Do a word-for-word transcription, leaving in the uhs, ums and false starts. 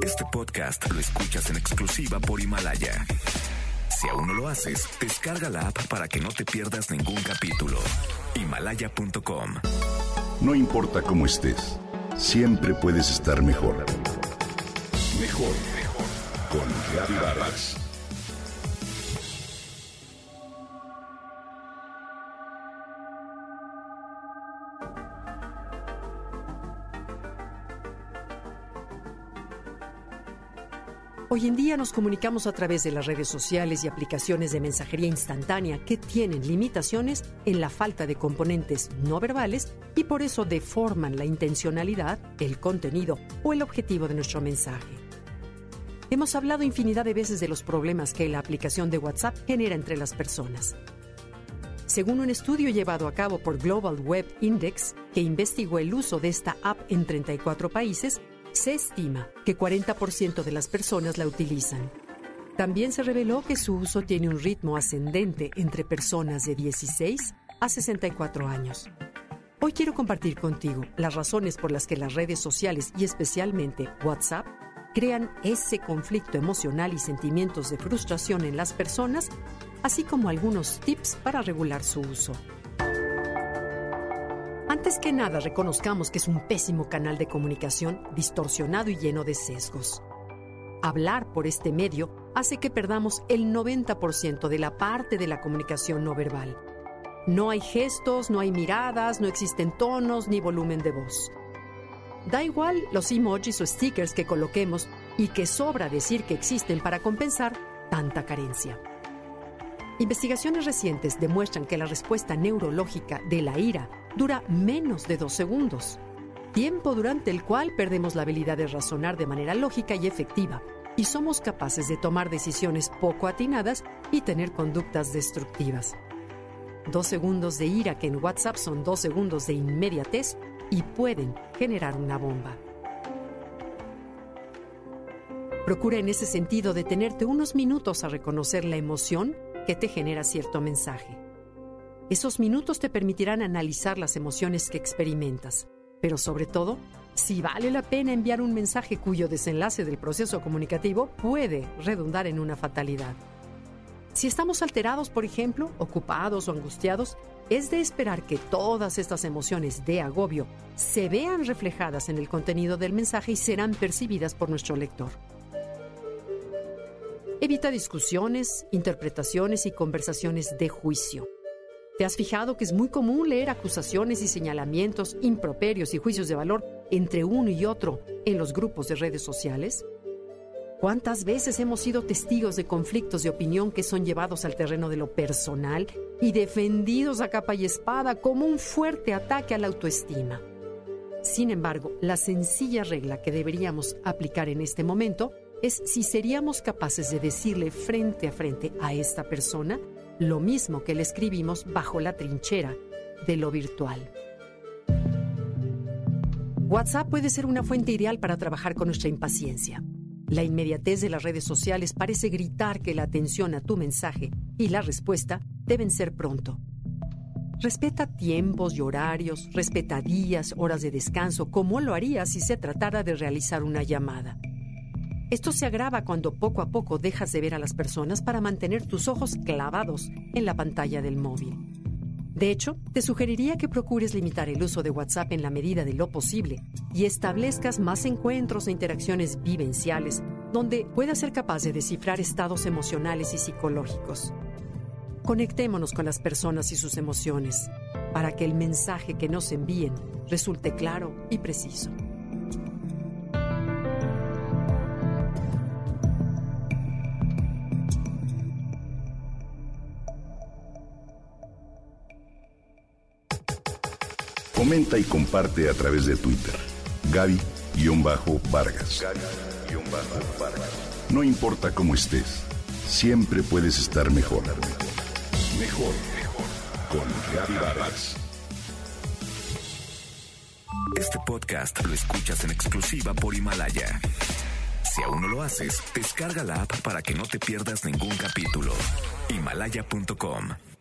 Este podcast lo escuchas en exclusiva por Himalaya. Si aún no lo haces, descarga la app para que no te pierdas ningún capítulo. Himalaya punto com. No importa cómo estés, siempre puedes estar mejor. Mejor, mejor. Con Gaby Vargas. Hoy en día nos comunicamos a través de las redes sociales y aplicaciones de mensajería instantánea que tienen limitaciones en la falta de componentes no verbales y por eso deforman la intencionalidad, el contenido o el objetivo de nuestro mensaje. Hemos hablado infinidad de veces de los problemas que la aplicación de WhatsApp genera entre las personas. Según un estudio llevado a cabo por Global Web Index, que investigó el uso de esta app en treinta y cuatro países, se estima que cuarenta por ciento de las personas la utilizan. También se reveló que su uso tiene un ritmo ascendente entre personas de dieciséis a sesenta y cuatro años. Hoy quiero compartir contigo las razones por las que las redes sociales y especialmente WhatsApp crean ese conflicto emocional y sentimientos de frustración en las personas, así como algunos tips para regular su uso. Antes que nada, reconozcamos que es un pésimo canal de comunicación, distorsionado y lleno de sesgos. Hablar por este medio hace que perdamos el noventa por ciento de la parte de la comunicación no verbal. No hay gestos, no hay miradas, no existen tonos ni volumen de voz. Da igual los emojis o stickers que coloquemos y que sobra decir que existen para compensar tanta carencia. Investigaciones recientes demuestran que la respuesta neurológica de la ira dura menos de dos segundos, tiempo durante el cual perdemos la habilidad de razonar de manera lógica y efectiva, y somos capaces de tomar decisiones poco atinadas y tener conductas destructivas. Dos segundos de ira que en WhatsApp son dos segundos de inmediatez y pueden generar una bomba. Procura en ese sentido detenerte unos minutos a reconocer la emoción que te genera cierto mensaje. Esos minutos te permitirán analizar las emociones que experimentas, pero sobre todo, si vale la pena enviar un mensaje cuyo desenlace del proceso comunicativo puede redundar en una fatalidad. Si estamos alterados, por ejemplo, ocupados o angustiados, es de esperar que todas estas emociones de agobio se vean reflejadas en el contenido del mensaje y serán percibidas por nuestro lector. Evita discusiones, interpretaciones y conversaciones de juicio. ¿Te has fijado que es muy común leer acusaciones y señalamientos, improperios y juicios de valor entre uno y otro en los grupos de redes sociales? ¿Cuántas veces hemos sido testigos de conflictos de opinión que son llevados al terreno de lo personal y defendidos a capa y espada como un fuerte ataque a la autoestima? Sin embargo, la sencilla regla que deberíamos aplicar en este momento es si seríamos capaces de decirle frente a frente a esta persona lo mismo que le escribimos bajo la trinchera de lo virtual. WhatsApp puede ser una fuente ideal para trabajar con nuestra impaciencia. La inmediatez de las redes sociales parece gritar que la atención a tu mensaje y la respuesta deben ser pronto. Respeta tiempos y horarios, respeta días, horas de descanso, como lo harías si se tratara de realizar una llamada. Esto se agrava cuando poco a poco dejas de ver a las personas para mantener tus ojos clavados en la pantalla del móvil. De hecho, te sugeriría que procures limitar el uso de WhatsApp en la medida de lo posible y establezcas más encuentros e interacciones vivenciales donde puedas ser capaz de descifrar estados emocionales y psicológicos. Conectémonos con las personas y sus emociones para que el mensaje que nos envíen resulte claro y preciso. Comenta y comparte a través de Twitter. Gaby-Vargas. No importa cómo estés, siempre puedes estar mejor. Mejor, mejor. Con Gaby Vargas. Este podcast lo escuchas en exclusiva por Himalaya. Si aún no lo haces, descarga la app para que no te pierdas ningún capítulo. Himalaya punto com.